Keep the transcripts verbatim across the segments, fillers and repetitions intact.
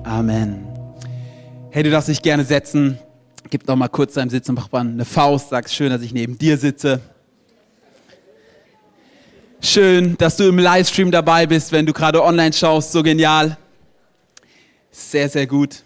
Amen. Hey, du darfst dich gerne setzen. Gib doch mal kurz deinem Sitznachbarn eine Faust. Sag's schön, dass ich neben dir sitze. Schön, dass du im Livestream dabei bist, wenn du gerade online schaust. So genial. Sehr, sehr gut.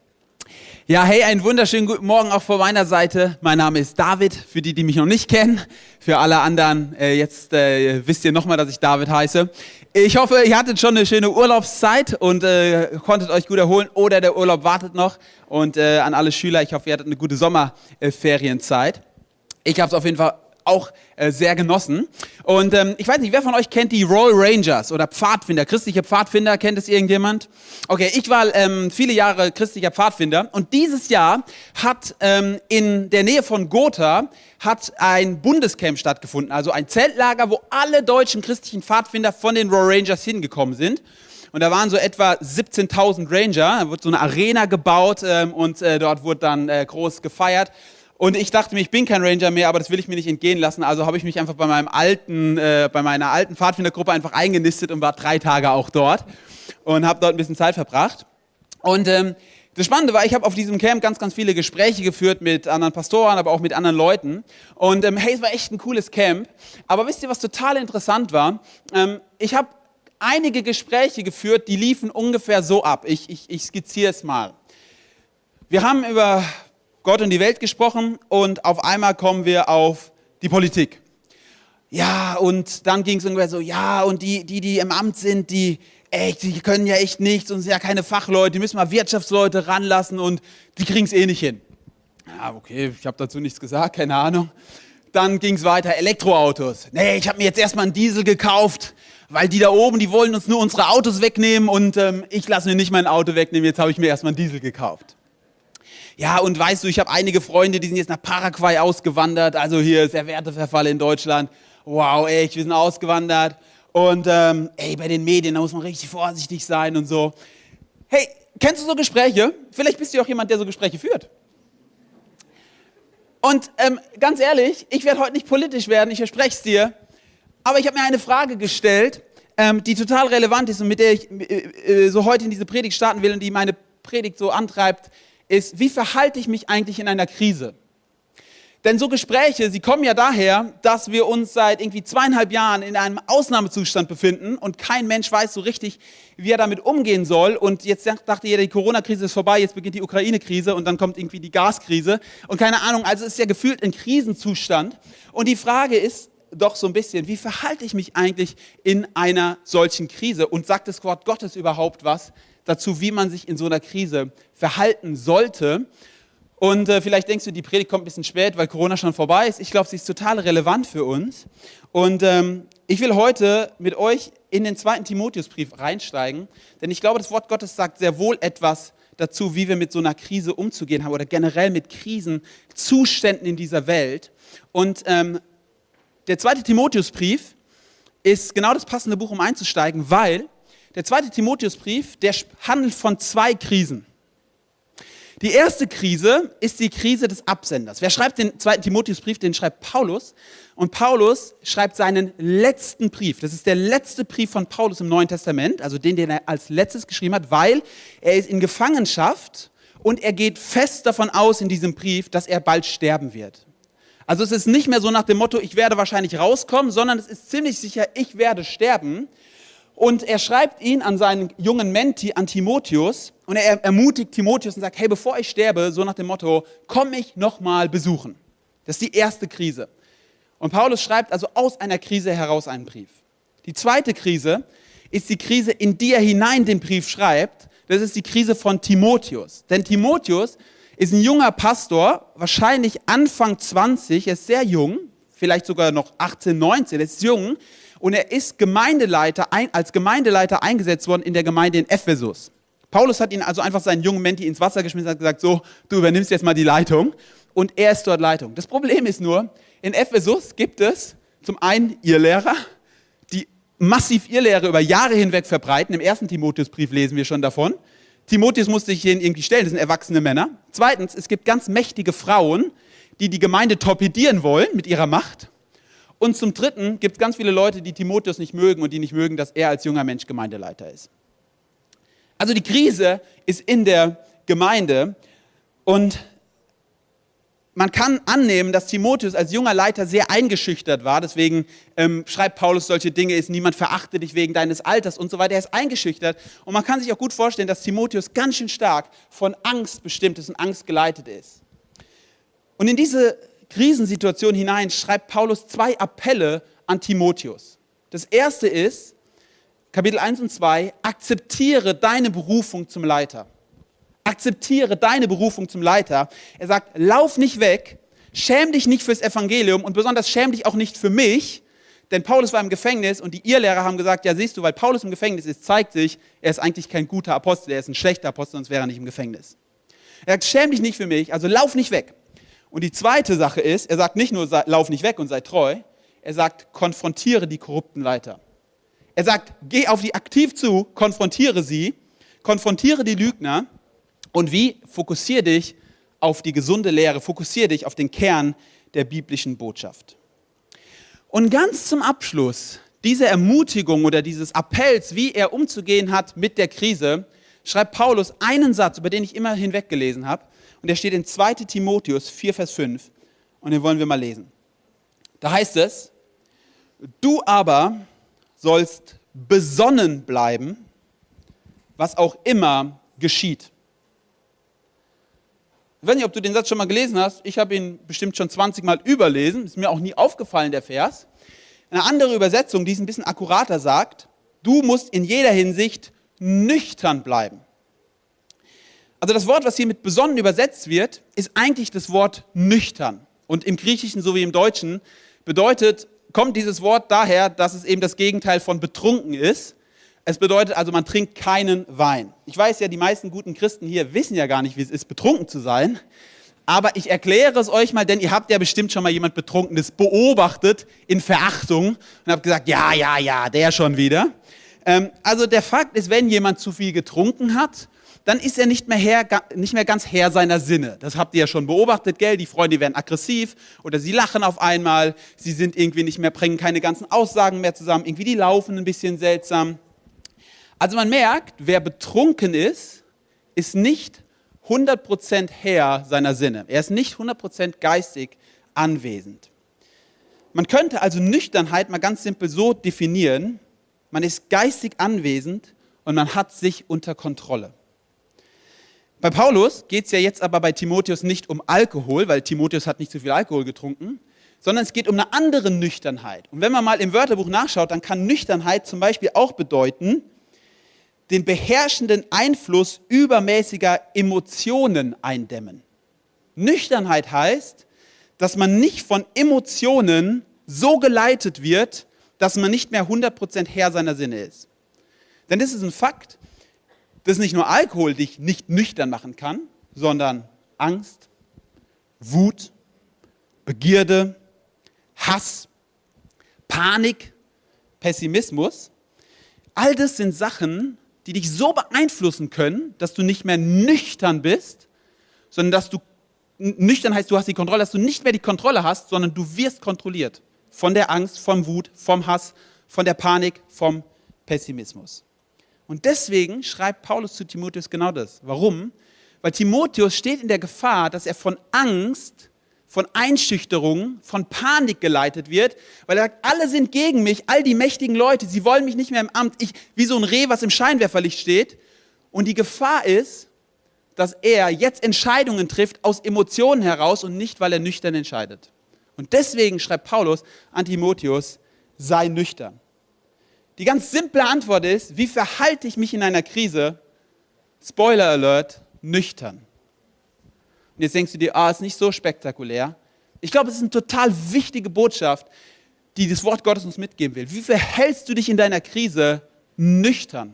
Ja, hey, einen wunderschönen guten Morgen auch von meiner Seite. Mein Name ist David, für die, die mich noch nicht kennen. Für alle anderen, äh, jetzt äh, wisst ihr nochmal, dass ich David heiße. Ich hoffe, ihr hattet schon eine schöne Urlaubszeit und äh, konntet euch gut erholen oder der Urlaub wartet noch. Und äh, an alle Schüler, ich hoffe, ihr hattet eine gute Sommerferienzeit. Ich habe es auf jeden Fall auch äh, sehr genossen. Und ähm, ich weiß nicht, wer von euch kennt die Royal Rangers oder Pfadfinder, christliche Pfadfinder, kennt es irgendjemand? Okay, ich war ähm, viele Jahre christlicher Pfadfinder und dieses Jahr hat ähm, in der Nähe von Gotha hat ein Bundescamp stattgefunden, also ein Zeltlager, wo alle deutschen christlichen Pfadfinder von den Royal Rangers hingekommen sind. Und da waren so etwa siebzehntausend Ranger, da wurde so eine Arena gebaut ähm, und äh, dort wurde dann äh, groß gefeiert. Und ich dachte mir, ich bin kein Ranger mehr, aber das will ich mir nicht entgehen lassen. Also habe ich mich einfach bei meinem alten, äh, bei meiner alten Pfadfindergruppe einfach eingenistet und war drei Tage auch dort und habe dort ein bisschen Zeit verbracht. Und ähm, das Spannende war, ich habe auf diesem Camp ganz, ganz viele Gespräche geführt mit anderen Pastoren, aber auch mit anderen Leuten. Und ähm, hey, es war echt ein cooles Camp. Aber wisst ihr, was total interessant war? Ähm, ich habe einige Gespräche geführt, die liefen ungefähr so ab. Ich, ich, ich skizziere es mal. Wir haben über Gott und die Welt gesprochen und auf einmal kommen wir auf die Politik. Ja, und dann ging es ungefähr so, ja, und die, die, die im Amt sind, die, echt, die können ja echt nichts und sind ja keine Fachleute, die müssen mal Wirtschaftsleute ranlassen und die kriegen es eh nicht hin. Ja, okay, ich habe dazu nichts gesagt, keine Ahnung. Dann ging es weiter, Elektroautos. Nee, ich habe mir jetzt erstmal einen Diesel gekauft, weil die da oben, die wollen uns nur unsere Autos wegnehmen und ähm, ich lasse mir nicht mein Auto wegnehmen, jetzt habe ich mir erstmal einen Diesel gekauft. Ja, und weißt du, ich habe einige Freunde, die sind jetzt nach Paraguay ausgewandert, also hier ist der Werteverfall in Deutschland. Wow, echt, wir sind ausgewandert. Und ähm, ey, bei den Medien, da muss man richtig vorsichtig sein und so. Hey, kennst du so Gespräche? Vielleicht bist du auch jemand, der so Gespräche führt. Und ähm, ganz ehrlich, ich werde heute nicht politisch werden, ich verspreche es dir. Aber ich habe mir eine Frage gestellt, ähm, die total relevant ist und mit der ich äh, so heute in diese Predigt starten will und die meine Predigt so antreibt, ist, wie verhalte ich mich eigentlich in einer Krise? Denn so Gespräche, sie kommen ja daher, dass wir uns seit irgendwie zweieinhalb Jahren in einem Ausnahmezustand befinden und kein Mensch weiß so richtig, wie er damit umgehen soll. Und jetzt dachte jeder, die Corona-Krise ist vorbei, jetzt beginnt die Ukraine-Krise und dann kommt irgendwie die Gaskrise und keine Ahnung, also es ist ja gefühlt ein Krisenzustand. Und die Frage ist doch so ein bisschen, wie verhalte ich mich eigentlich in einer solchen Krise? Und sagt das Wort Gottes überhaupt was dazu, wie man sich in so einer Krise verhalten sollte? Und äh, vielleicht denkst du, die Predigt kommt ein bisschen spät, weil Corona schon vorbei ist. Ich glaube, sie ist total relevant für uns. Und ähm, ich will heute mit euch in den zweiten Timotheusbrief reinsteigen, denn ich glaube, das Wort Gottes sagt sehr wohl etwas dazu, wie wir mit so einer Krise umzugehen haben oder generell mit Krisenzuständen in dieser Welt. Und ähm, der zweite Timotheusbrief ist genau das passende Buch, um einzusteigen, weil der zweite Timotheusbrief, der handelt von zwei Krisen. Die erste Krise ist die Krise des Absenders. Wer schreibt den zweiten Timotheusbrief? Den schreibt Paulus. Und Paulus schreibt seinen letzten Brief. Das ist der letzte Brief von Paulus im Neuen Testament, also den, den er als letztes geschrieben hat, weil er ist in Gefangenschaft und er geht fest davon aus in diesem Brief, dass er bald sterben wird. Also es ist nicht mehr so nach dem Motto, ich werde wahrscheinlich rauskommen, sondern es ist ziemlich sicher, ich werde sterben. Und er schreibt ihn an seinen jungen Menti, an Timotheus, und er ermutigt Timotheus und sagt, hey, bevor ich sterbe, so nach dem Motto, komm mich nochmal besuchen. Das ist die erste Krise. Und Paulus schreibt also aus einer Krise heraus einen Brief. Die zweite Krise ist die Krise, in die er hinein den Brief schreibt. Das ist die Krise von Timotheus. Denn Timotheus ist ein junger Pastor, wahrscheinlich Anfang zwanzig, er ist sehr jung, vielleicht sogar noch achtzehn, neunzehn, er ist jung. Und er ist Gemeindeleiter, als Gemeindeleiter eingesetzt worden in der Gemeinde in Ephesus. Paulus hat ihn also einfach seinen jungen Menti ins Wasser geschmissen und hat gesagt, so, du übernimmst jetzt mal die Leitung. Und er ist dort Leitung. Das Problem ist nur, in Ephesus gibt es zum einen Irrlehrer, die massiv Irrlehre über Jahre hinweg verbreiten. Im ersten Timotheusbrief lesen wir schon davon. Timotheus musste sich denen irgendwie stellen, das sind erwachsene Männer. Zweitens, es gibt ganz mächtige Frauen, die die Gemeinde torpedieren wollen mit ihrer Macht. Und zum Dritten gibt es ganz viele Leute, die Timotheus nicht mögen und die nicht mögen, dass er als junger Mensch Gemeindeleiter ist. Also die Krise ist in der Gemeinde und man kann annehmen, dass Timotheus als junger Leiter sehr eingeschüchtert war. Deswegen ähm, schreibt Paulus solche Dinge, ist niemand verachte dich wegen deines Alters und so weiter. Er ist eingeschüchtert und man kann sich auch gut vorstellen, dass Timotheus ganz schön stark von Angst bestimmt ist und Angst geleitet ist. Und in diese Krisensituation hinein schreibt Paulus zwei Appelle an Timotheus. Das erste ist, Kapitel eins und zwei, akzeptiere deine Berufung zum Leiter. Akzeptiere deine Berufung zum Leiter. Er sagt, lauf nicht weg, schäm dich nicht fürs Evangelium und besonders schäm dich auch nicht für mich, denn Paulus war im Gefängnis und die Irrlehrer haben gesagt, ja siehst du, weil Paulus im Gefängnis ist, zeigt sich, er ist eigentlich kein guter Apostel, er ist ein schlechter Apostel, sonst wäre er nicht im Gefängnis. Er sagt, schäm dich nicht für mich, also lauf nicht weg. Und die zweite Sache ist, er sagt nicht nur, sei, lauf nicht weg und sei treu, er sagt, konfrontiere die korrupten Leiter. Er sagt, geh auf die aktiv zu, konfrontiere sie, konfrontiere die Lügner. Und wie? Fokussiere dich auf die gesunde Lehre, fokussiere dich auf den Kern der biblischen Botschaft. Und ganz zum Abschluss dieser Ermutigung oder dieses Appells, wie er umzugehen hat mit der Krise, schreibt Paulus einen Satz, über den ich immer hinweggelesen habe. Und der steht in zweiter Timotheus vier, Vers fünf. Und den wollen wir mal lesen. Da heißt es, du aber sollst besonnen bleiben, was auch immer geschieht. Ich weiß nicht, ob du den Satz schon mal gelesen hast. Ich habe ihn bestimmt schon zwanzig Mal überlesen. Ist mir auch nie aufgefallen, der Vers. Eine andere Übersetzung, die es ein bisschen akkurater sagt, du musst in jeder Hinsicht nüchtern bleiben. Also das Wort, was hier mit besonnen übersetzt wird, ist eigentlich das Wort nüchtern. Und im Griechischen sowie im Deutschen bedeutet, kommt dieses Wort daher, dass es eben das Gegenteil von betrunken ist. Es bedeutet also, man trinkt keinen Wein. Ich weiß ja, die meisten guten Christen hier wissen ja gar nicht, wie es ist, betrunken zu sein. Aber ich erkläre es euch mal, denn ihr habt ja bestimmt schon mal jemand Betrunkenes beobachtet in Verachtung und habt gesagt, ja, ja, ja, der schon wieder. Ähm, also der Fakt ist, wenn jemand zu viel getrunken hat, dann ist er nicht mehr, Herr, nicht mehr ganz Herr seiner Sinne. Das habt ihr ja schon beobachtet, gell? Die Freunde werden aggressiv oder sie lachen auf einmal, sie sind irgendwie nicht mehr, bringen keine ganzen Aussagen mehr zusammen, irgendwie die laufen ein bisschen seltsam. Also man merkt, wer betrunken ist, ist nicht hundert Prozent Herr seiner Sinne. Er ist nicht hundert Prozent geistig anwesend. Man könnte also Nüchternheit mal ganz simpel so definieren, man ist geistig anwesend und man hat sich unter Kontrolle. Bei Paulus geht es ja jetzt aber bei Timotheus nicht um Alkohol, weil Timotheus hat nicht so viel Alkohol getrunken, sondern es geht um eine andere Nüchternheit. Und wenn man mal im Wörterbuch nachschaut, dann kann Nüchternheit zum Beispiel auch bedeuten, den beherrschenden Einfluss übermäßiger Emotionen eindämmen. Nüchternheit heißt, dass man nicht von Emotionen so geleitet wird, dass man nicht mehr hundert Prozent Herr seiner Sinne ist. Denn das ist ein Fakt, dass nicht nur Alkohol dich nicht nüchtern machen kann, sondern Angst, Wut, Begierde, Hass, Panik, Pessimismus. All das sind Sachen, die dich so beeinflussen können, dass du nicht mehr nüchtern bist, sondern dass du, nüchtern heißt, du hast die Kontrolle, dass du nicht mehr die Kontrolle hast, sondern du wirst kontrolliert. Von der Angst, vom Wut, vom Hass, von der Panik, vom Pessimismus. Und deswegen schreibt Paulus zu Timotheus genau das. Warum? Weil Timotheus steht in der Gefahr, dass er von Angst, von Einschüchterung, von Panik geleitet wird, weil er sagt, alle sind gegen mich, all die mächtigen Leute, sie wollen mich nicht mehr im Amt, ich wie so ein Reh, was im Scheinwerferlicht steht. Und die Gefahr ist, dass er jetzt Entscheidungen trifft aus Emotionen heraus und nicht, weil er nüchtern entscheidet. Und deswegen schreibt Paulus an Timotheus, sei nüchtern. Die ganz simple Antwort ist, wie verhalte ich mich in einer Krise? Spoiler Alert, nüchtern. Und jetzt denkst du dir, ah, ist nicht so spektakulär. Ich glaube, es ist eine total wichtige Botschaft, die das Wort Gottes uns mitgeben will. Wie verhältst du dich in deiner Krise nüchtern?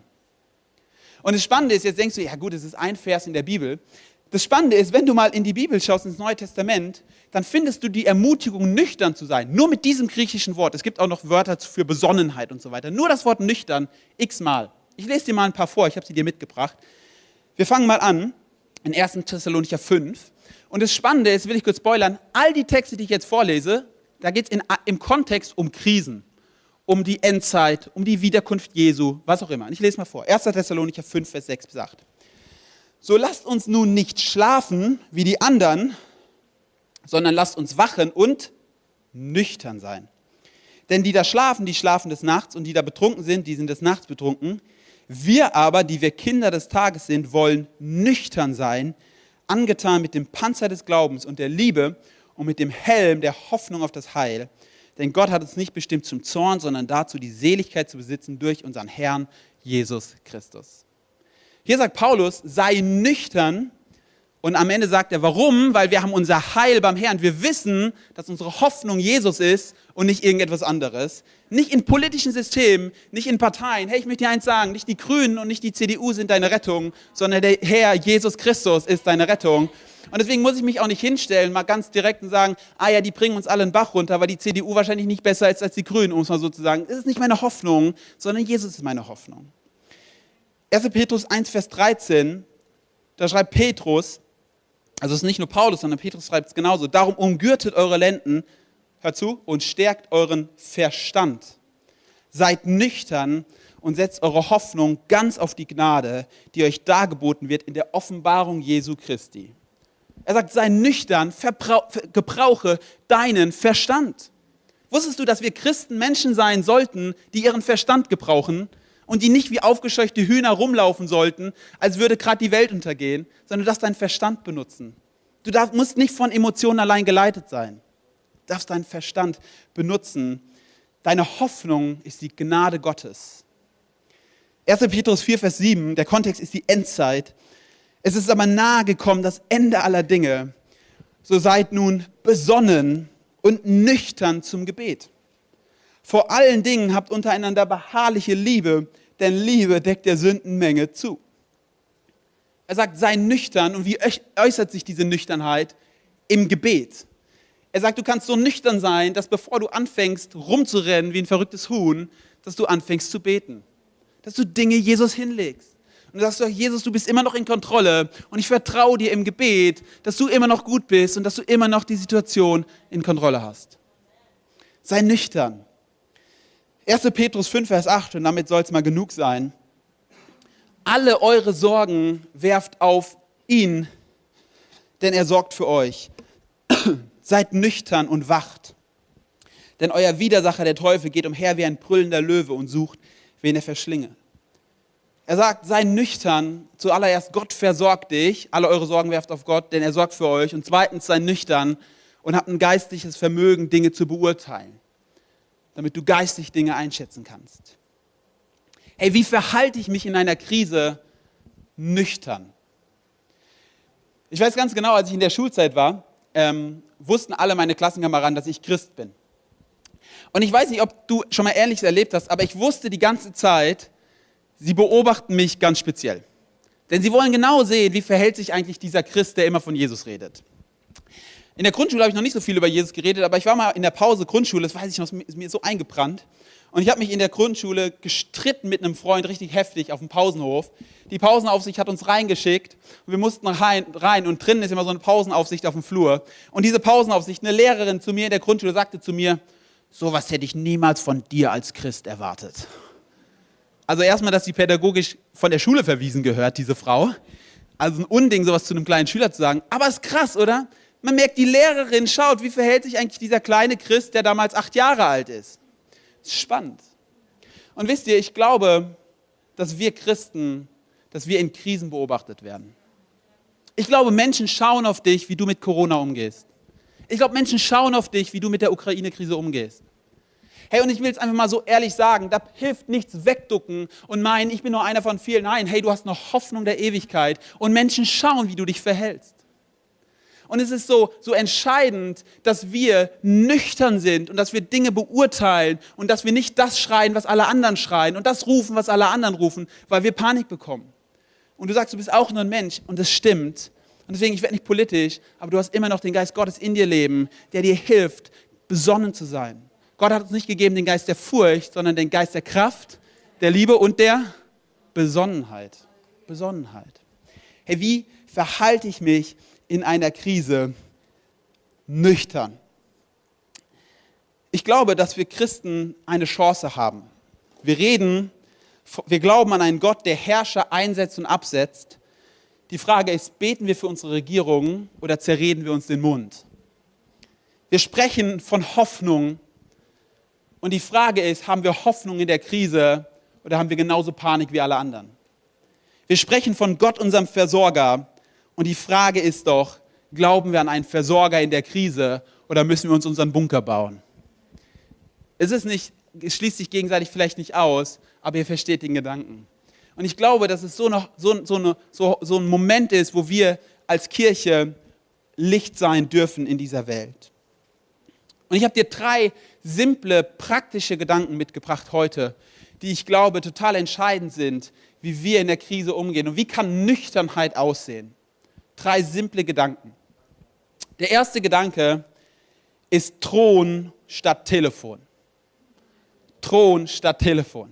Und das Spannende ist, jetzt denkst du, ja gut, es ist ein Vers in der Bibel. Das Spannende ist, wenn du mal in die Bibel schaust, ins Neue Testament, dann findest du die Ermutigung, nüchtern zu sein. Nur mit diesem griechischen Wort. Es gibt auch noch Wörter für Besonnenheit und so weiter. Nur das Wort nüchtern, x-mal. Ich lese dir mal ein paar vor, ich habe sie dir mitgebracht. Wir fangen mal an, in erster Thessalonicher fünf. Und das Spannende ist, will ich kurz spoilern, all die Texte, die ich jetzt vorlese, da geht es im Kontext um Krisen. um die Endzeit, um die Wiederkunft Jesu, was auch immer. Und ich lese mal vor. erster Thessalonicher fünf, Vers sechs bis acht. So lasst uns nun nicht schlafen wie die anderen, sondern lasst uns wachen und nüchtern sein. Denn die da schlafen, die schlafen des Nachts, und die da betrunken sind, die sind des Nachts betrunken. Wir aber, die wir Kinder des Tages sind, wollen nüchtern sein, angetan mit dem Panzer des Glaubens und der Liebe und mit dem Helm der Hoffnung auf das Heil. Denn Gott hat uns nicht bestimmt zum Zorn, sondern dazu, die Seligkeit zu besitzen durch unseren Herrn Jesus Christus. Hier sagt Paulus, sei nüchtern, und am Ende sagt er, warum? Weil wir haben unser Heil beim Herrn. Wir wissen, dass unsere Hoffnung Jesus ist und nicht irgendetwas anderes. Nicht in politischen Systemen, nicht in Parteien. Hey, ich möchte dir eins sagen, nicht die Grünen und nicht die C D U sind deine Rettung, sondern der Herr Jesus Christus ist deine Rettung. Und deswegen muss ich mich auch nicht hinstellen, mal ganz direkt und sagen, ah ja, die bringen uns alle einen Bach runter, weil die C D U wahrscheinlich nicht besser ist als die Grünen, um es mal so zu sagen. Das ist nicht meine Hoffnung, sondern Jesus ist meine Hoffnung. erster Petrus eins, Vers dreizehn, da schreibt Petrus, also es ist nicht nur Paulus, sondern Petrus schreibt es genauso, darum umgürtet eure Lenden, hört zu, und stärkt euren Verstand. Seid nüchtern und setzt eure Hoffnung ganz auf die Gnade, die euch dargeboten wird in der Offenbarung Jesu Christi. Er sagt, sei nüchtern, gebrauche deinen Verstand. Wusstest du, dass wir Christen Menschen sein sollten, die ihren Verstand gebrauchen und die nicht wie aufgescheuchte Hühner rumlaufen sollten, als würde gerade die Welt untergehen, sondern du darfst deinen Verstand benutzen. Du darfst, musst nicht von Emotionen allein geleitet sein. Du darfst deinen Verstand benutzen. Deine Hoffnung ist die Gnade Gottes. erster Petrus vier, Vers sieben, der Kontext ist die Endzeit. Es ist aber nahe gekommen, das Ende aller Dinge. So seid nun besonnen und nüchtern zum Gebet. Vor allen Dingen habt untereinander beharrliche Liebe, denn Liebe deckt der Sündenmenge zu. Er sagt, sei nüchtern. Und wie äußert sich diese Nüchternheit? Im Gebet. Er sagt, du kannst so nüchtern sein, dass bevor du anfängst rumzurennen wie ein verrücktes Huhn, dass du anfängst zu beten. Dass du Dinge Jesus hinlegst. Und du sagst, Jesus, du bist immer noch in Kontrolle und ich vertraue dir im Gebet, dass du immer noch gut bist und dass du immer noch die Situation in Kontrolle hast. Sei nüchtern. erster Petrus fünf, Vers acht, und damit soll es mal genug sein. Alle eure Sorgen werft auf ihn, denn er sorgt für euch. Seid nüchtern und wacht. Denn euer Widersacher, der Teufel, geht umher wie ein brüllender Löwe und sucht, wen er verschlinge. Er sagt, sei nüchtern. Zuallererst, Gott versorgt dich. Alle eure Sorgen werft auf Gott, denn er sorgt für euch. Und zweitens, sei nüchtern und habt ein geistliches Vermögen, Dinge zu beurteilen, damit du geistig Dinge einschätzen kannst. Hey, wie verhalte ich mich in einer Krise? Nüchtern. Ich weiß ganz genau, als ich in der Schulzeit war, ähm, wussten alle meine Klassenkameraden, dass ich Christ bin. Und ich weiß nicht, ob du schon mal Ähnliches erlebt hast, aber ich wusste die ganze Zeit, sie beobachten mich ganz speziell. Denn sie wollen genau sehen, wie verhält sich eigentlich dieser Christ, der immer von Jesus redet. In der Grundschule habe ich noch nicht so viel über Jesus geredet, aber ich war mal in der Pause Grundschule, das weiß ich noch, ist mir so eingebrannt. Und ich habe mich in der Grundschule gestritten mit einem Freund, richtig heftig, auf dem Pausenhof. Die Pausenaufsicht hat uns reingeschickt und wir mussten rein, rein und drinnen ist immer so eine Pausenaufsicht auf dem Flur. Und diese Pausenaufsicht, eine Lehrerin zu mir in der Grundschule sagte zu mir, sowas hätte ich niemals von dir als Christ erwartet. Also erstmal, dass sie pädagogisch von der Schule verwiesen gehört, diese Frau. Also ein Unding, sowas zu einem kleinen Schüler zu sagen. Aber ist krass, oder? Man merkt, die Lehrerin schaut, wie verhält sich eigentlich dieser kleine Christ, der damals acht Jahre alt ist. Das ist spannend. Und wisst ihr, ich glaube, dass wir Christen, dass wir in Krisen beobachtet werden. Ich glaube, Menschen schauen auf dich, wie du mit Corona umgehst. Ich glaube, Menschen schauen auf dich, wie du mit der Ukraine-Krise umgehst. Hey, und ich will es einfach mal so ehrlich sagen, da hilft nichts wegducken und meinen, ich bin nur einer von vielen. Nein, hey, du hast noch Hoffnung der Ewigkeit und Menschen schauen, wie du dich verhältst. Und es ist so, so entscheidend, dass wir nüchtern sind und dass wir Dinge beurteilen und dass wir nicht das schreien, was alle anderen schreien und das rufen, was alle anderen rufen, weil wir Panik bekommen. Und du sagst, du bist auch nur ein Mensch und das stimmt. Und deswegen, ich werde nicht politisch, aber du hast immer noch den Geist Gottes in dir leben, der dir hilft, besonnen zu sein. Gott hat uns nicht gegeben den Geist der Furcht, sondern den Geist der Kraft, der Liebe und der Besonnenheit. Besonnenheit. Hey, wie verhalte ich mich in einer Krise? Nüchtern. Ich glaube, dass wir Christen eine Chance haben. Wir reden, wir glauben an einen Gott, der Herrscher einsetzt und absetzt. Die Frage ist, beten wir für unsere Regierung oder zerreden wir uns den Mund? Wir sprechen von Hoffnung und die Frage ist, haben wir Hoffnung in der Krise oder haben wir genauso Panik wie alle anderen? Wir sprechen von Gott, unserem Versorger, und die Frage ist doch, glauben wir an einen Versorger in der Krise oder müssen wir uns unseren Bunker bauen? Es ist nicht, es schließt sich gegenseitig vielleicht nicht aus, aber ihr versteht den Gedanken. Und ich glaube, dass es so, noch, so, so, eine, so, so ein Moment ist, wo wir als Kirche Licht sein dürfen in dieser Welt. Und ich habe dir drei simple, praktische Gedanken mitgebracht heute, die ich glaube total entscheidend sind, wie wir in der Krise umgehen. Und wie kann Nüchternheit aussehen? Drei simple Gedanken. Der erste Gedanke ist Thron statt Telefon. Thron statt Telefon.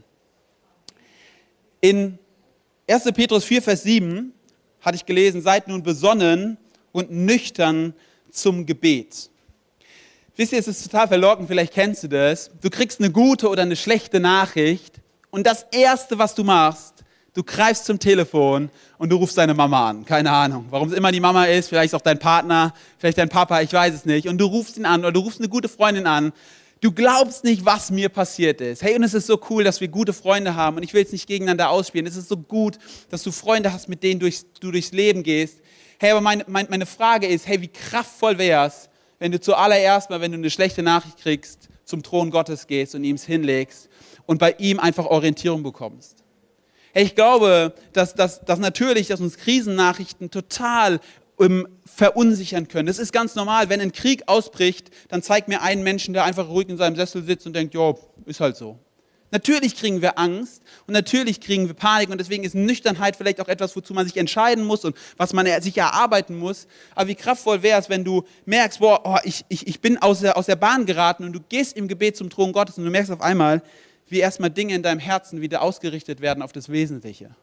In erster Petrus vier, Vers sieben hatte ich gelesen, seid nun besonnen und nüchtern zum Gebet. Wisst ihr, es ist total verlockend, vielleicht kennst du das. Du kriegst eine gute oder eine schlechte Nachricht und das Erste, was du machst, du greifst zum Telefon und du rufst deine Mama an. Keine Ahnung, warum es immer die Mama ist, vielleicht ist auch dein Partner, vielleicht dein Papa, ich weiß es nicht. Und du rufst ihn an oder du rufst eine gute Freundin an. Du glaubst nicht, was mir passiert ist. Hey, und es ist so cool, dass wir gute Freunde haben und ich will es nicht gegeneinander ausspielen. Es ist so gut, dass du Freunde hast, mit denen durchs, du durchs Leben gehst. Hey, aber meine, meine, meine Frage ist, hey, wie kraftvoll wäre es, wenn du zuallererst mal, wenn du eine schlechte Nachricht kriegst, zum Thron Gottes gehst und ihm es hinlegst und bei ihm einfach Orientierung bekommst. Hey, ich glaube, dass, dass, dass natürlich, dass uns Krisennachrichten total um, verunsichern können. Das ist ganz normal, wenn ein Krieg ausbricht, dann zeigt mir einen Menschen, der einfach ruhig in seinem Sessel sitzt und denkt, ja, ist halt so. Natürlich kriegen wir Angst und natürlich kriegen wir Panik und deswegen ist Nüchternheit vielleicht auch etwas, wozu man sich entscheiden muss und was man sich erarbeiten muss. Aber wie kraftvoll wäre es, wenn du merkst, boah, oh, ich, ich, ich bin aus der, aus der Bahn geraten und du gehst im Gebet zum Thron Gottes und du merkst auf einmal, wie erstmal Dinge in deinem Herzen wieder ausgerichtet werden auf das Wesentliche.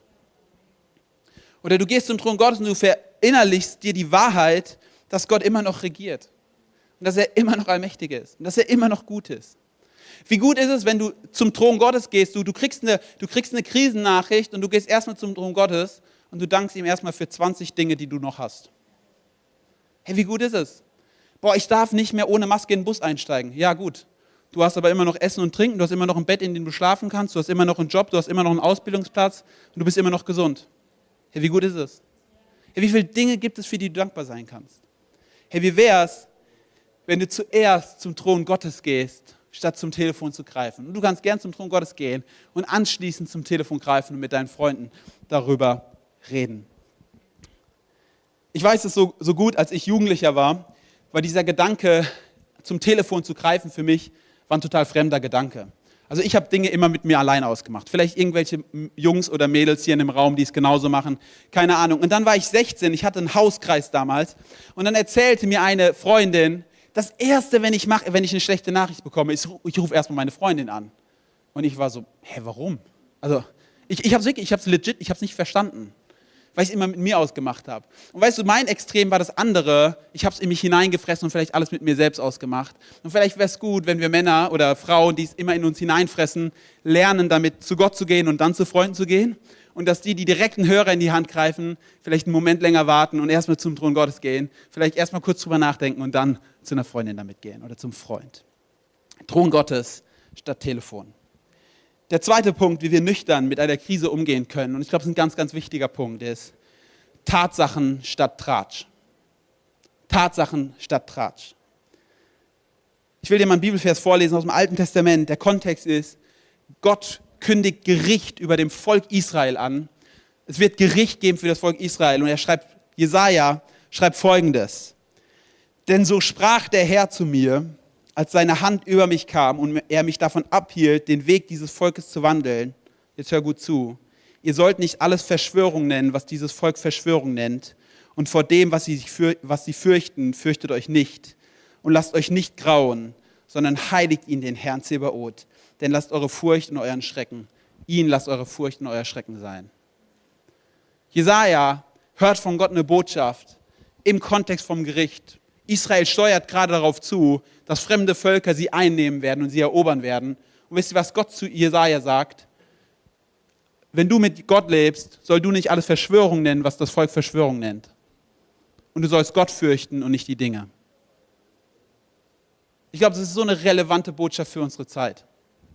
Oder du gehst zum Thron Gottes und du verinnerlichst dir die Wahrheit, dass Gott immer noch regiert und dass er immer noch allmächtig ist und dass er immer noch gut ist. Wie gut ist es, wenn du zum Thron Gottes gehst, du, du, kriegst eine, du kriegst eine Krisennachricht und du gehst erstmal zum Thron Gottes und du dankst ihm erstmal für zwanzig Dinge, die du noch hast. Hey, wie gut ist es? Boah, ich darf nicht mehr ohne Maske in den Bus einsteigen. Ja gut, du hast aber immer noch Essen und Trinken, du hast immer noch ein Bett, in dem du schlafen kannst, du hast immer noch einen Job, du hast immer noch einen Ausbildungsplatz und du bist immer noch gesund. Hey, wie gut ist es? Hey, wie viele Dinge gibt es, für die du dankbar sein kannst? Hey, wie wär's, wenn du zuerst zum Thron Gottes gehst, statt zum Telefon zu greifen? Und du kannst gern zum Thron Gottes gehen und anschließend zum Telefon greifen und mit deinen Freunden darüber reden. Ich weiß es so, so gut, als ich Jugendlicher war, weil dieser Gedanke, zum Telefon zu greifen, für mich war ein total fremder Gedanke. Also ich habe Dinge immer mit mir allein ausgemacht. Vielleicht irgendwelche Jungs oder Mädels hier in dem Raum, die es genauso machen. Keine Ahnung. Und dann war ich sechzehn, ich hatte einen Hauskreis damals. Und dann erzählte mir eine Freundin, das Erste, wenn ich mache, wenn ich eine schlechte Nachricht bekomme, ist, ich rufe erstmal meine Freundin an. Und ich war so, hä, warum? Also ich, ich habe es wirklich, ich habe es legit, ich habe es nicht verstanden, weil ich es immer mit mir ausgemacht habe. Und weißt du, mein Extrem war das andere, ich habe es in mich hineingefressen und vielleicht alles mit mir selbst ausgemacht. Und vielleicht wäre es gut, wenn wir Männer oder Frauen, die es immer in uns hineinfressen, lernen, damit zu Gott zu gehen und dann zu Freunden zu gehen. Und dass die, die direkt einen Hörer in die Hand greifen, vielleicht einen Moment länger warten und erstmal zum Thron Gottes gehen, vielleicht erstmal kurz drüber nachdenken und dann zu einer Freundin damit gehen oder zum Freund. Thron Gottes statt Telefon. Der zweite Punkt, wie wir nüchtern mit einer Krise umgehen können, und ich glaube, es ist ein ganz, ganz wichtiger Punkt, ist Tatsachen statt Tratsch. Tatsachen statt Tratsch. Ich will dir mal einen Bibelvers vorlesen aus dem Alten Testament. Der Kontext ist, Gott kündigt Gericht über dem Volk Israel an. Es wird Gericht geben für das Volk Israel. Und er schreibt, Jesaja schreibt Folgendes. Denn so sprach der Herr zu mir, als seine Hand über mich kam und er mich davon abhielt, den Weg dieses Volkes zu wandeln. Jetzt hör gut zu. Ihr sollt nicht alles Verschwörung nennen, was dieses Volk Verschwörung nennt. Und vor dem, was sie, für, was sie fürchten, fürchtet euch nicht. Und lasst euch nicht grauen, sondern heiligt ihn, den Herrn Zebaoth. Denn lasst eure Furcht und euren Schrecken, ihn lasst eure Furcht und euer Schrecken sein. Jesaja hört von Gott eine Botschaft im Kontext vom Gericht, Israel steuert gerade darauf zu, dass fremde Völker sie einnehmen werden und sie erobern werden. Und wisst ihr, was Gott zu Jesaja sagt? Wenn du mit Gott lebst, soll du nicht alles Verschwörung nennen, was das Volk Verschwörung nennt. Und du sollst Gott fürchten und nicht die Dinge. Ich glaube, das ist so eine relevante Botschaft für unsere Zeit.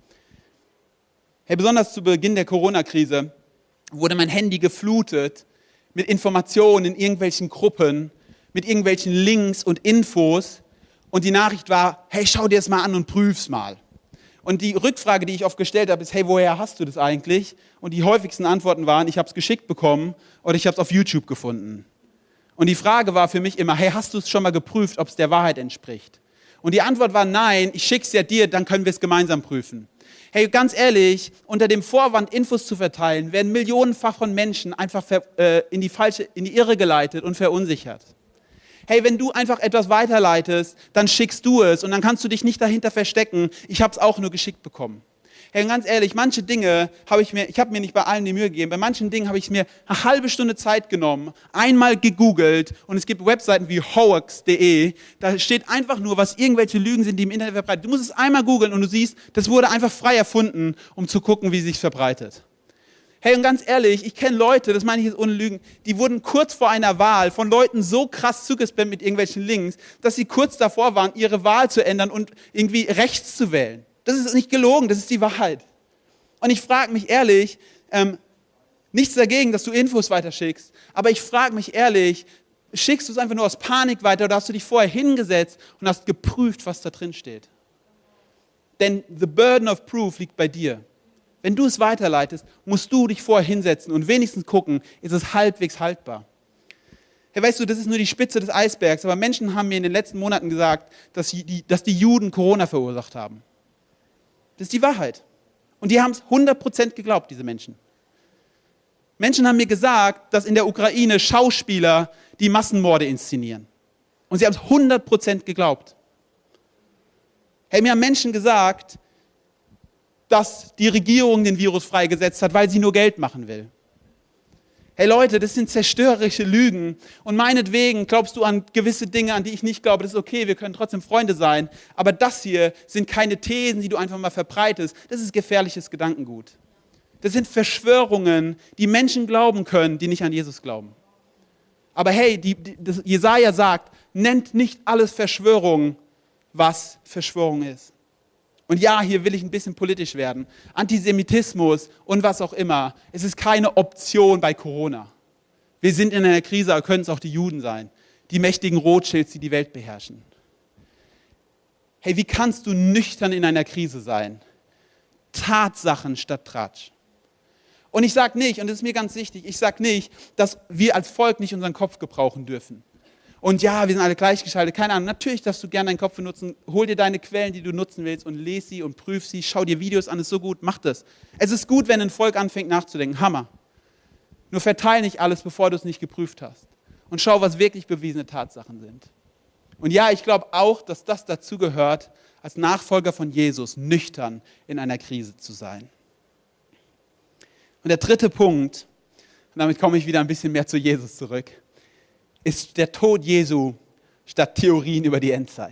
Hey, besonders zu Beginn der Corona-Krise wurde mein Handy geflutet mit Informationen in irgendwelchen Gruppen, mit irgendwelchen Links und Infos. Und die Nachricht war, hey, schau dir das mal an und prüf's mal. Und die Rückfrage, die ich oft gestellt habe, ist, hey, woher hast du das eigentlich? Und die häufigsten Antworten waren, ich habe es geschickt bekommen oder ich habe es auf YouTube gefunden. Und die Frage war für mich immer, hey, hast du es schon mal geprüft, ob es der Wahrheit entspricht? Und die Antwort war nein, ich schicke es ja dir, dann können wir es gemeinsam prüfen. Hey, ganz ehrlich, unter dem Vorwand, Infos zu verteilen, werden millionenfach von Menschen einfach ver, äh, in die falsche, in die Irre geleitet und verunsichert. Hey, wenn du einfach etwas weiterleitest, dann schickst du es und dann kannst du dich nicht dahinter verstecken, ich habe es auch nur geschickt bekommen. Hey, ganz ehrlich, manche Dinge habe ich mir, ich habe mir nicht bei allen die Mühe gegeben, bei manchen Dingen habe ich mir eine halbe Stunde Zeit genommen, einmal gegoogelt und es gibt Webseiten wie hoax punkt de, da steht einfach nur, was irgendwelche Lügen sind, die im Internet verbreitet. Du musst es einmal googeln und du siehst, das wurde einfach frei erfunden, um zu gucken, wie es sich verbreitet. Hey, und ganz ehrlich, ich kenne Leute, das meine ich jetzt ohne Lügen, die wurden kurz vor einer Wahl von Leuten so krass zugespammt mit irgendwelchen Links, dass sie kurz davor waren, ihre Wahl zu ändern und irgendwie rechts zu wählen. Das ist nicht gelogen, das ist die Wahrheit. Und ich frage mich ehrlich, ähm, nichts dagegen, dass du Infos weiterschickst, aber ich frage mich ehrlich, schickst du es einfach nur aus Panik weiter oder hast du dich vorher hingesetzt und hast geprüft, was da drin steht? Denn the burden of proof liegt bei dir. Wenn du es weiterleitest, musst du dich vorher hinsetzen und wenigstens gucken, ist es halbwegs haltbar. Hey, weißt du, das ist nur die Spitze des Eisbergs, aber Menschen haben mir in den letzten Monaten gesagt, dass die, dass die Juden Corona verursacht haben. Das ist die Wahrheit. Und die haben es hundert Prozent geglaubt, diese Menschen. Menschen haben mir gesagt, dass in der Ukraine Schauspieler die Massenmorde inszenieren. Und sie haben es hundert Prozent geglaubt. Hey, mir haben Menschen gesagt, dass die Regierung den Virus freigesetzt hat, weil sie nur Geld machen will. Hey Leute, das sind zerstörerische Lügen und meinetwegen glaubst du an gewisse Dinge, an die ich nicht glaube, das ist okay, wir können trotzdem Freunde sein, aber das hier sind keine Thesen, die du einfach mal verbreitest, das ist gefährliches Gedankengut. Das sind Verschwörungen, die Menschen glauben können, die nicht an Jesus glauben. Aber hey, die, die, das Jesaja sagt, nennt nicht alles Verschwörung, was Verschwörung ist. Und ja, hier will ich ein bisschen politisch werden. Antisemitismus und was auch immer. Es ist keine Option bei Corona. Wir sind in einer Krise, aber können es auch die Juden sein. Die mächtigen Rothschilds, die die Welt beherrschen. Hey, wie kannst du nüchtern in einer Krise sein? Tatsachen statt Tratsch. Und ich sage nicht, und das ist mir ganz wichtig, ich sage nicht, dass wir als Volk nicht unseren Kopf gebrauchen dürfen. Und ja, wir sind alle gleichgeschaltet, keine Ahnung, natürlich darfst du gerne deinen Kopf benutzen, hol dir deine Quellen, die du nutzen willst und lese sie und prüf sie, schau dir Videos an, ist so gut, mach das. Es ist gut, wenn ein Volk anfängt nachzudenken, Hammer. Nur verteil nicht alles, bevor du es nicht geprüft hast. Und schau, was wirklich bewiesene Tatsachen sind. Und ja, ich glaube auch, dass das dazu gehört, als Nachfolger von Jesus nüchtern in einer Krise zu sein. Und der dritte Punkt, und damit komme ich wieder ein bisschen mehr zu Jesus zurück, ist der Tod Jesu statt Theorien über die Endzeit.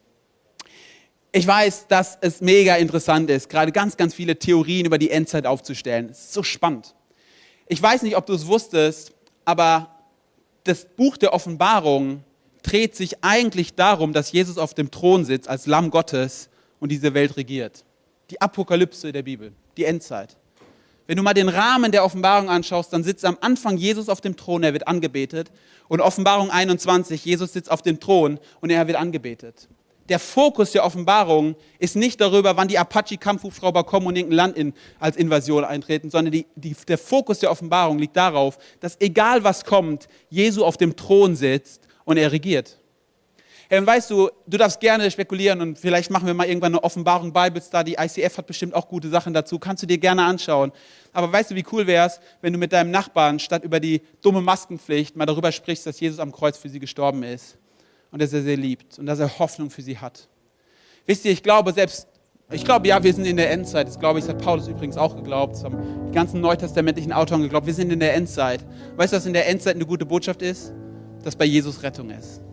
Ich weiß, dass es mega interessant ist, gerade ganz, ganz viele Theorien über die Endzeit aufzustellen. Es ist so spannend. Ich weiß nicht, ob du es wusstest, aber das Buch der Offenbarung dreht sich eigentlich darum, dass Jesus auf dem Thron sitzt als Lamm Gottes und diese Welt regiert. Die Apokalypse der Bibel, die Endzeit. Wenn du mal den Rahmen der Offenbarung anschaust, dann sitzt am Anfang Jesus auf dem Thron, er wird angebetet. Und Offenbarung einundzwanzig, Jesus sitzt auf dem Thron und er wird angebetet. Der Fokus der Offenbarung ist nicht darüber, wann die Apache-Kampfhubschrauber kommen und irgendein Land in, als Invasion eintreten, sondern die, die, der Fokus der Offenbarung liegt darauf, dass egal was kommt, Jesu auf dem Thron sitzt und er regiert. Hey, und weißt du, du darfst gerne spekulieren und vielleicht machen wir mal irgendwann eine Offenbarung Bible Study. I C F hat bestimmt auch gute Sachen dazu, kannst du dir gerne anschauen. Aber weißt du, wie cool wäre es, wenn du mit deinem Nachbarn statt über die dumme Maskenpflicht mal darüber sprichst, dass Jesus am Kreuz für sie gestorben ist und dass er sie liebt und dass er Hoffnung für sie hat. Wisst ihr, ich glaube selbst, ich glaube ja, wir sind in der Endzeit. Das glaube ich, das hat Paulus übrigens auch geglaubt. Das haben die ganzen neutestamentlichen Autoren geglaubt. Wir sind in der Endzeit. Weißt du, was in der Endzeit eine gute Botschaft ist? Dass bei Jesus Rettung ist.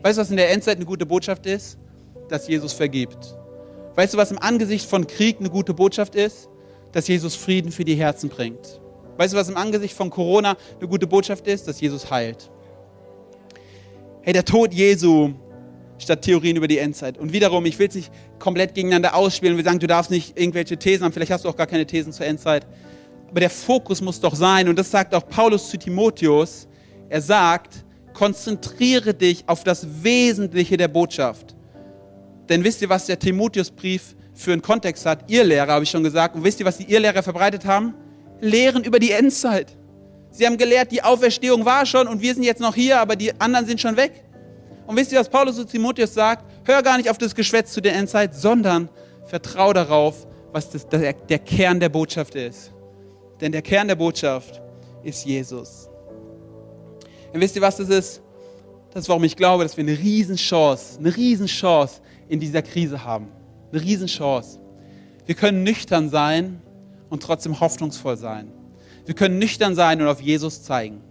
Weißt du, was in der Endzeit eine gute Botschaft ist? Dass Jesus vergibt. Weißt du, was im Angesicht von Krieg eine gute Botschaft ist? Dass Jesus Frieden für die Herzen bringt. Weißt du, was im Angesicht von Corona eine gute Botschaft ist? Dass Jesus heilt. Hey, der Tod Jesu statt Theorien über die Endzeit. Und wiederum, ich will es nicht komplett gegeneinander ausspielen. Wir sagen, du darfst nicht irgendwelche Thesen haben. Vielleicht hast du auch gar keine Thesen zur Endzeit. Aber der Fokus muss doch sein, und das sagt auch Paulus zu Timotheus, er sagt, konzentriere dich auf das Wesentliche der Botschaft. Denn wisst ihr, was der Timotheusbrief für einen Kontext hat? Irrlehrer, habe ich schon gesagt. Und wisst ihr, was die Irrlehrer verbreitet haben? Lehren über die Endzeit. Sie haben gelehrt, die Auferstehung war schon und wir sind jetzt noch hier, aber die anderen sind schon weg. Und wisst ihr, was Paulus zu Timotheus sagt? Hör gar nicht auf das Geschwätz zu der Endzeit, sondern vertrau darauf, was das, der, der Kern der Botschaft ist. Denn der Kern der Botschaft ist Jesus. Und wisst ihr, was das ist? Das ist, warum ich glaube, dass wir eine Riesenchance, eine Riesenchance in dieser Krise haben. Eine Riesenchance. Wir können nüchtern sein und trotzdem hoffnungsvoll sein. Wir können nüchtern sein und auf Jesus zeigen.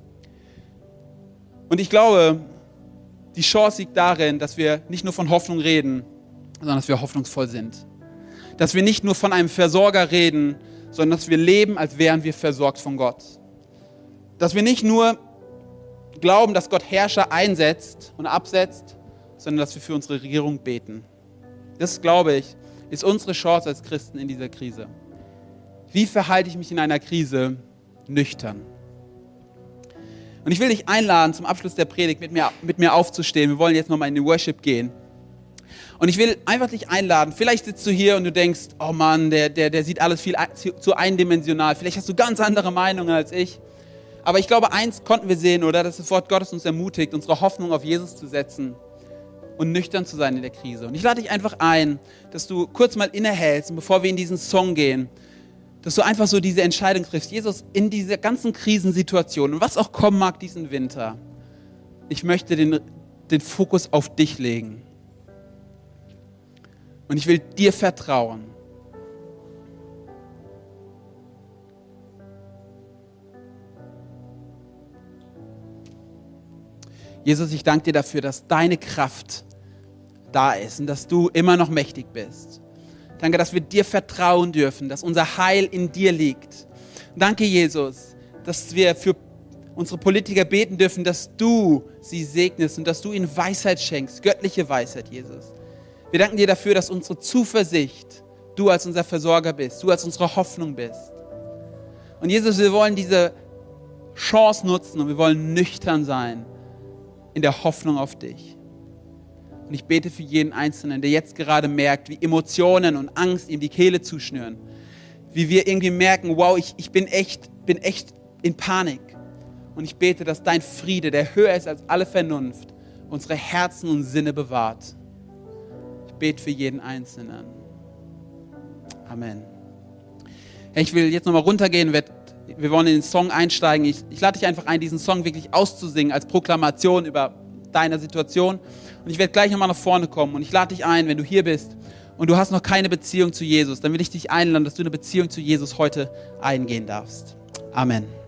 Und ich glaube, die Chance liegt darin, dass wir nicht nur von Hoffnung reden, sondern dass wir hoffnungsvoll sind. Dass wir nicht nur von einem Versorger reden, sondern dass wir leben, als wären wir versorgt von Gott. Dass wir nicht nur glauben, dass Gott Herrscher einsetzt und absetzt, sondern dass wir für unsere Regierung beten. Das, glaube ich, ist unsere Chance als Christen in dieser Krise. Wie verhalte ich mich in einer Krise? Nüchtern. Und ich will dich einladen, zum Abschluss der Predigt mit mir, mit mir aufzustehen. Wir wollen jetzt nochmal in den Worship gehen. Und ich will einfach dich einladen. Vielleicht sitzt du hier und du denkst, oh Mann, der, der, der sieht alles viel zu eindimensional. Vielleicht hast du ganz andere Meinungen als ich. Aber ich glaube, eins konnten wir sehen, oder? Dass das Wort Gottes uns ermutigt, unsere Hoffnung auf Jesus zu setzen und nüchtern zu sein in der Krise. Und ich lade dich einfach ein, dass du kurz mal innehältst, und bevor wir in diesen Song gehen, dass du einfach so diese Entscheidung triffst. Jesus, in dieser ganzen Krisensituation und was auch kommen mag diesen Winter, ich möchte den, den Fokus auf dich legen. Und ich will dir vertrauen. Jesus, ich danke dir dafür, dass deine Kraft da ist und dass du immer noch mächtig bist. Danke, dass wir dir vertrauen dürfen, dass unser Heil in dir liegt. Danke, Jesus, dass wir für unsere Politiker beten dürfen, dass du sie segnest und dass du ihnen Weisheit schenkst, göttliche Weisheit, Jesus. Wir danken dir dafür, dass unsere Zuversicht, du als unser Versorger bist, du als unsere Hoffnung bist. Und Jesus, wir wollen diese Chance nutzen und wir wollen nüchtern sein in der Hoffnung auf dich. Und ich bete für jeden Einzelnen, der jetzt gerade merkt, wie Emotionen und Angst ihm die Kehle zuschnüren. Wie wir irgendwie merken, wow, ich, ich bin echt, bin echt in Panik. Und ich bete, dass dein Friede, der höher ist als alle Vernunft, unsere Herzen und Sinne bewahrt. Ich bete für jeden Einzelnen. Amen. Hey, ich will jetzt nochmal runtergehen. Wir wollen in den Song einsteigen. Ich, ich lade dich einfach ein, diesen Song wirklich auszusingen als Proklamation über deine Situation. Und ich werde gleich nochmal nach vorne kommen. Und ich lade dich ein, wenn du hier bist und du hast noch keine Beziehung zu Jesus, dann will ich dich einladen, dass du eine Beziehung zu Jesus heute eingehen darfst. Amen.